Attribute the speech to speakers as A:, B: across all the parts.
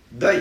A: 第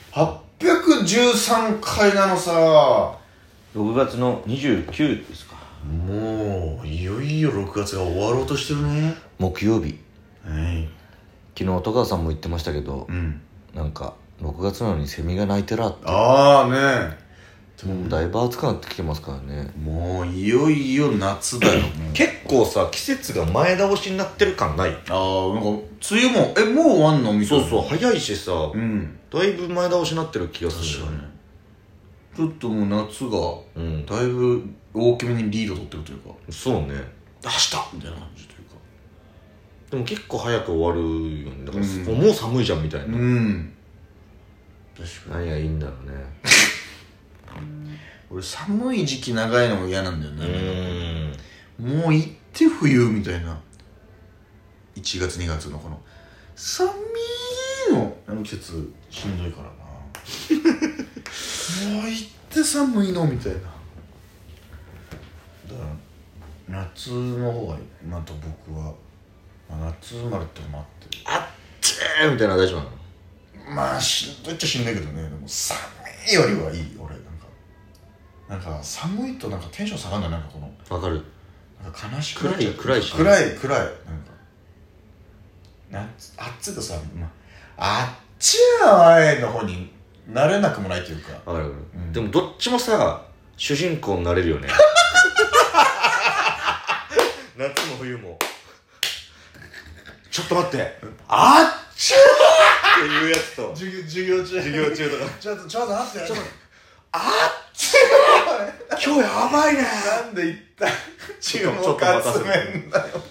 A: 813回なのさ。
B: 6月の29ですか。
A: もういよいよ6月が終わろうとしてるね。
B: 木曜日。
A: はい。
B: 昨日戸川さんも言ってましたけど、なんか6月なのにセミが鳴いてらって。
A: ああね。
B: でもだいぶ暑くなってきてますからね。
A: もういよいよ夏だよ。
B: 結構さ、季節が前倒しになってる感ない？
A: なんか梅雨ももう終わんのみたいな。
B: そう早いしさ、だいぶ前倒しになってる気がするんだよね。
A: ちょっともう夏がだいぶ大きめにリード取ってるというか、
B: そうね、
A: 明日みたいな感じというか。
B: でも結構早く終わるよね。だから、もう寒いじゃんみたいな。確かに何がいいんだろうね。
A: 俺寒い時期長いのも嫌なんだよね。もう行って冬みたいな。1月2月のこの寒いの季節しんどいからな。もう行って寒いのみたいな。だから夏の方がまた僕は、夏生まれってのもあって
B: あっちーみたいな大丈夫なの？
A: まあしんどいっちゃしんどいけどね。でも寒いよりはいい。俺なんか寒いとなんかテンション下がるんだよ。なんかこの
B: わかる。
A: なんか悲しくなっちゃう。
B: 暗いし、
A: 暗いなんか暑いとさ、あっちゃいの方になれなくもないというか。
B: わかる、でもどっちもさ主人公になれるよね。夏も冬も。ちょっと待って、
A: あっちゃ
B: ーっていうやつと
A: 授業中
B: とか
A: ちょっと待ってあっちゃ
B: 今日やばいね。
A: なんで言った注目集めんだよ。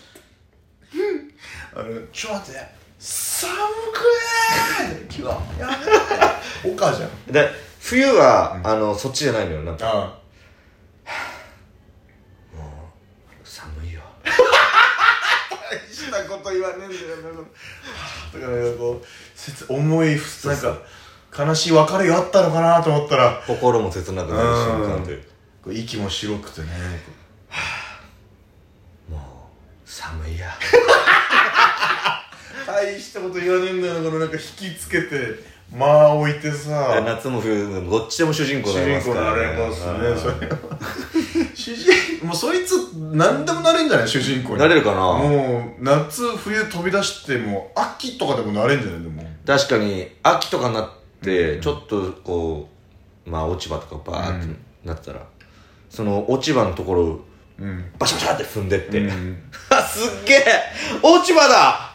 A: ちょっと待って、寒くねー今日やめて。岡じゃん。
B: で冬は、そっちじゃないのよ。なんかもう寒いよ。
A: 大事なこと言わねえんだよね。だからこう重い、なんか悲しい別れがあったのかなと思ったら
B: 心も切なくなる瞬間で、
A: 息も白くてね。
B: もう寒いや。
A: 大したこと言わねえんだよな。このなんか引きつけて置いてさ。
B: 夏も冬でもどっちでも主人公になりますからね。
A: 主人公になれますね。それはもうそいつ何でもなれんじゃない？主人公に
B: なれるかな。
A: もう夏冬飛び出しても秋とかでもなれんじゃない？でも
B: 確かに秋とかになってちょっとこう落ち葉とかバーってなってたら、その落ち葉のところをバシャバシャって踏んでって、あ、すっげえ落ち葉だって。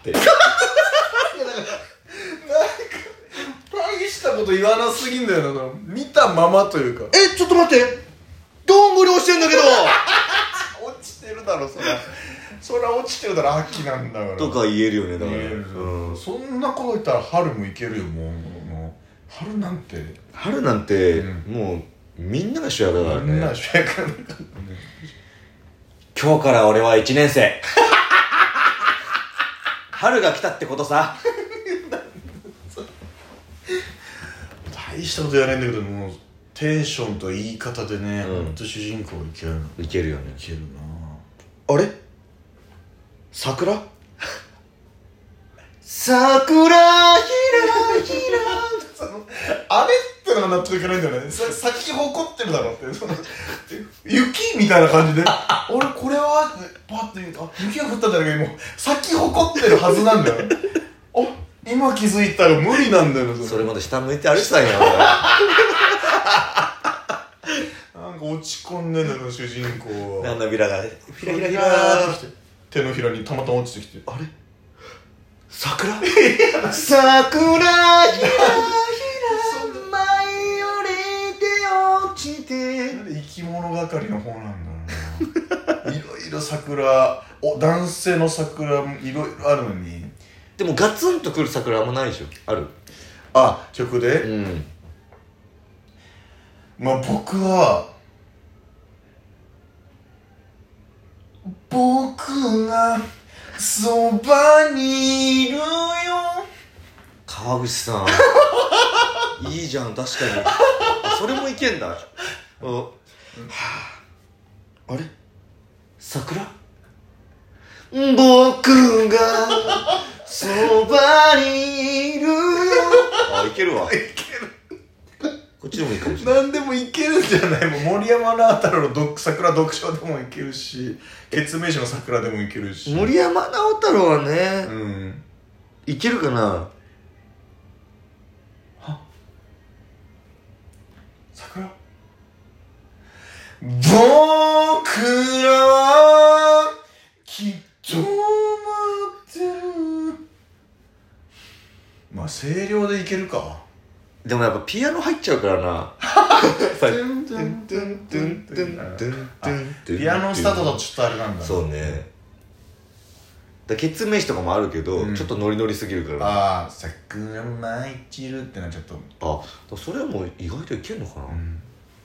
A: 大したこと言わなすぎんだよな。見たままというか、
B: ちょっと待って、どんぐり落ちてんだけど。
A: 落ちてるだろそら。そら落ちてるだろ、秋なんだから
B: とか言えるよね。だから、
A: そんなこと言ったら春もいけるよ。もう春なんて、
B: もうみんなが主役だからね。
A: みんなが主役だからね。
B: 今日から俺は1年生。春が来たってことさ。
A: 大したこと言わないんだけど、もうテンションと言い方でね、ほんと主人公いける
B: よね。
A: いけるな。
B: あれ、桜桜ひらひら。
A: あれってのが納得いかないんだよね。咲き誇ってるだろって。雪みたいな感じで、俺これはパッて言うと、雪が降ったんじゃないか、もう咲き誇ってるはずなんだよ。今気づいたら無理なんだよね。
B: それまで下向いて歩いてたんや。
A: なんか落ち込んでんだよ主人公は。
B: 涙がひらひらひら
A: ーってきて、手のひらにたまたま落ちてきて、あれ
B: 桜桜ひらひら舞い降りて落ちて。
A: 生き物係の方なんだろうな。いろいろ桜、男性の桜いろいろあるのに。
B: でもガツンとくる桜あんまないでしょ。ある？
A: 曲で？僕は僕がそばにいるよ。
B: 川口さん。いいじゃん、確かに。それもいけんだ。あれ、桜？僕がそばにいるよ。あ、いけるわ。
A: いける。
B: こっちでもいいかもしれない。
A: 何でもいけるんじゃない。もう森山直太朗の桜読書でもいけるし、ケツメイシの桜でもいけるし。
B: 森山直太朗はね、
A: うん。
B: いけるかな。
A: 桜。僕らはきっと待ってる。まあ声量でいけるか。
B: でもやっぱピアノ入っちゃうからな。
A: ピアノスタートだとちょっとあれなんだ。
B: そうね。だケツメイシとかもあるけど、
A: うん、
B: ちょっとノリノリすぎるから。
A: ああ、桜舞い散るってなっちゃった。
B: あ、それはもう意外といけるのかな、うん、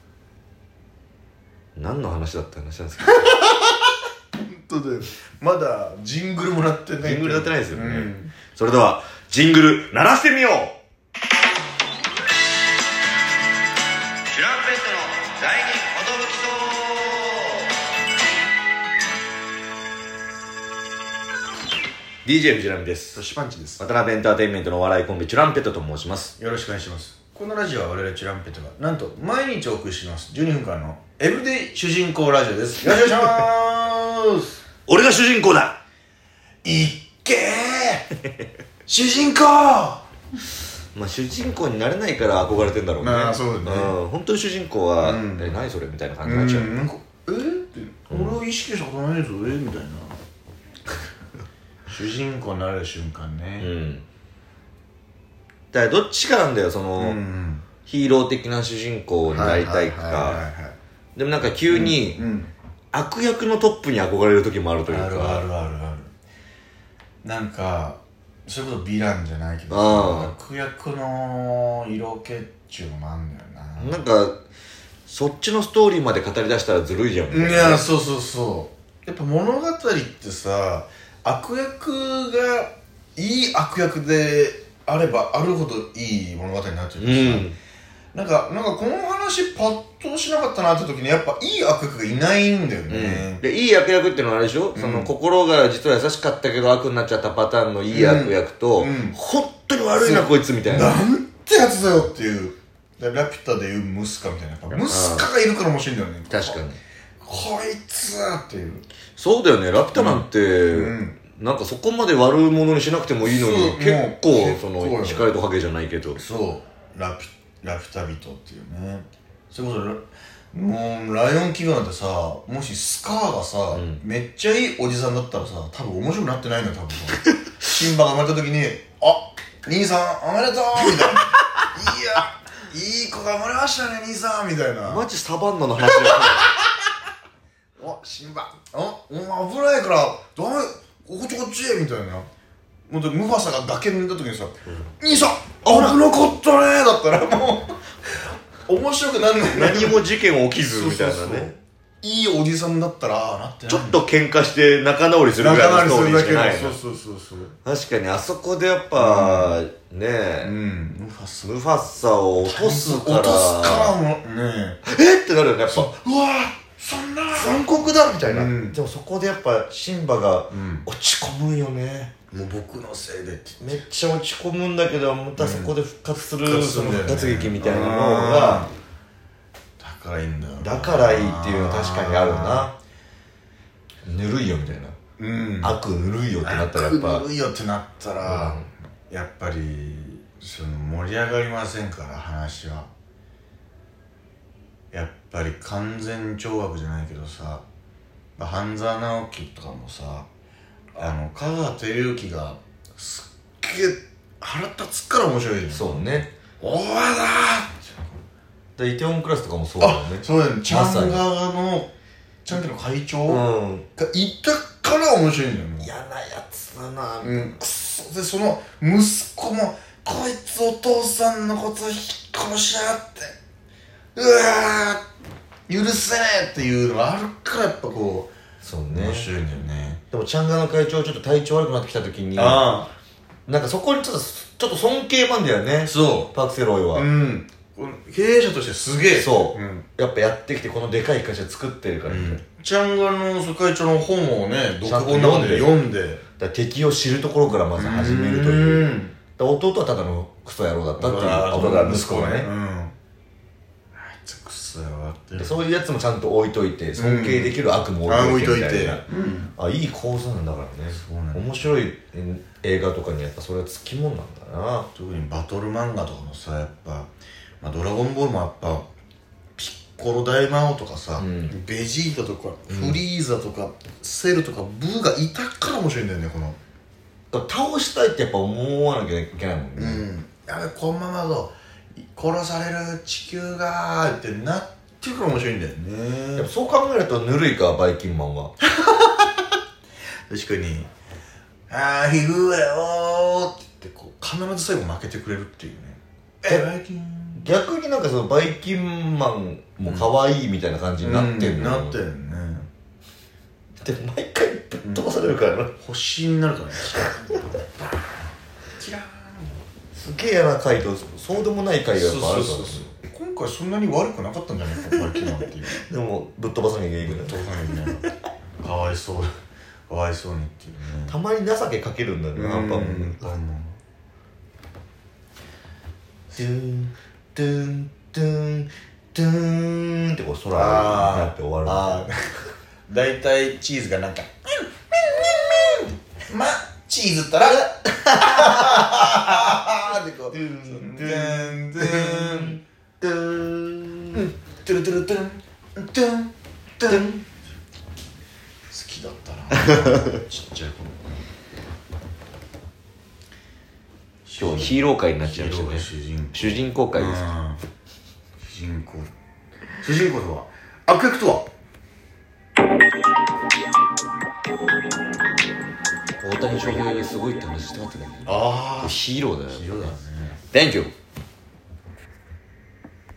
B: 何の話だって話なんですけど。
A: 本当だよ。まだジングルもらってない。
B: ジングルやってないですよね、
A: うん、
B: それではジングル鳴らしてみよう。チュランペットの第二寿 DJ 藤波です。
A: トシパンチです。
B: 渡辺エンターテインメントのお笑いコンビチュランペットと申します。
A: よろしくお願いします。このラジオは我々チュランペットがなんと毎日お送りします12分間のエブリデイ主人公ラジオです。よろしくお願いします。
B: 俺が主人公だ。
A: いっけー主人公。
B: まあ主人公になれないから憧れてんだろうね。
A: まあそうだね、
B: うん、本当に主人公は、何それみたいな感じになっちゃう。
A: なんかって俺を意識したことないぞみたいな。主人公になれる瞬間ね。
B: だからどっちかなんだよ、その、ヒーロー的な主人公になりたいか。でもなんか急に、悪役のトップに憧れる時もあるというか。
A: ある。なんかそれこそヴィランじゃないけど悪役の色気っちゅうのもあんだよな。
B: なんかそっちのストーリーまで語り出したらずるいじゃん。
A: いや、そうやっぱ物語ってさ、悪役がいい悪役であればあるほどいい物語になっちゃうしさ、なんかこの話パッとしなかったなって時にやっぱいい悪役がいないんだよね、
B: でいい悪役っていうのはあれでしょ、その心が実は優しかったけど悪になっちゃったパターンのいい悪役と、本当に悪いなこいつみたいな、
A: なんてやつだよっていう。ラピュタでいうムスカみたいな、ムスカがいるから面白いんだよね。
B: 確かに
A: こいつっていう。
B: そうだよね。ラピュタなんて、なんかそこまで悪者にしなくてもいいのに、結構その光と影じゃないけど、
A: そうラピュタ人っていうね。それこそもうライオンキングなんてさ、もしスカーがさ、めっちゃいいおじさんだったらさ、多分面白くなってないんだよ多分。シンバが生まれた時に「あ、兄さんおめでとう」みたいな「いやいい子が生まれましたね兄さん」みたいな。
B: マジサバンナの話だよ。
A: お、シンバ、お前危ないからダメ、こっちみたいな。もうムファサが崖にいた時にさ「兄さん危なかったね」だったらもう面白くなんない。
B: 何も事件起きずみたいなね。
A: いいおじさんだったらなってない。
B: ちょっと喧嘩して仲直りするぐらいのストーリーしかない。
A: そう
B: 確かにあそこでやっぱねえ、ムファッサを落とすから
A: もね
B: えってなるよね。やっぱ
A: うわそんな
B: 残酷だみたいな。でもそこでやっぱシンバが落ち込むんよね。
A: もう僕のせいでって
B: めっちゃ落ち込むんだけど、またそこで復活するその復活劇みたいなのが
A: だからいいんだよ。
B: だからいいっていうのは確かにあるな。ぬるいよみたいな、悪ぬるいよってなったらやっぱ
A: 悪ぬるいよってなったら、やっぱりその盛り上がりませんから話は。やっぱり完全懲悪じゃないけどさ、半沢直樹とかもさ、香川照之がすっげえ腹立つから面白いよ。
B: そうね。
A: お前だ
B: ーイテウォンクラスとかもそうだよね。
A: そうだよね。チャンガワのチャンピオンの会長がいたから面白いんだよね。
B: 嫌なやつだな。
A: くそで、その息子もこいつお父さんのこと殺しやがって、うわー許せねえっていうのがあるからやっぱこう
B: そうね、
A: 面白いんだよね。
B: でもチャンガワの会長ちょっと体調悪くなってきた時になんかそこにちょっと尊敬なんだよね。
A: そう
B: パク・セロイは
A: 経営者としてすげえ。
B: そう、やっぱやってきてこのでかい会社作ってるから、
A: チャンガワの会長の本をね、独本の中で読んで
B: だから敵を知るところからまず始めるという。だから弟はただのクソ野郎だったっていう弟が息子がね。
A: クソ野郎って
B: そういうやつもちゃんと置いといて、尊敬できる悪も置いといてみたいな。あ、いい構図なんだからね。面白い映画とかにやっぱそれはつきもんなんだな。
A: 特にバトル漫画とかもさ、やっぱ、まあ、ドラゴンボールもやっぱピッコロ大魔王とかさ、ベジータとかフリーザとか、セルとかブーがいたから面白いんだよね。この
B: 倒したいってやっぱ思わなきゃいけないもんね。
A: やべ、このままだと殺される地球がーってなってから面白いんだよね。
B: やっぱそう考えるとぬるいか、バイキンマンは。
A: 確かにヒグレオーって言ってこう必ず最後負けてくれるっていうね。バイキン
B: 逆になんかそのバイキンマンも可愛いみたいな感じになってんの、
A: なってるね。
B: でも毎回ぶっ飛ばされるからな。
A: 星になるからね。キラーン
B: すげえ嫌な回とそうでもない回がやっぱあるからね。
A: 今回そんなに悪くなかったんじゃないか、バイキンマンっていう。
B: でもぶっ飛ばさなきゃいけない。
A: ぶっ飛ばさなきゃいけない。かわいそうにっていうね。
B: たまに情けかけるんだよね、アンパンマン。ドゥンドゥンドゥンドゥーンってこう空になって終わるみたいな。
A: だいたいチーズがなんかまチーズったらってこうドゥンドゥンドゥンドゥントゥルトゥルトゥントゥントゥン好きだったなちっちゃい頃。
B: 今日ヒーロー界になっちゃいましたね。主人公界です。
A: 主人公とは、悪役とは。
B: 大谷翔平すごいって話してましたね。
A: ああ、
B: ヒーローだよ。
A: ヒーローだね。
B: Thank you.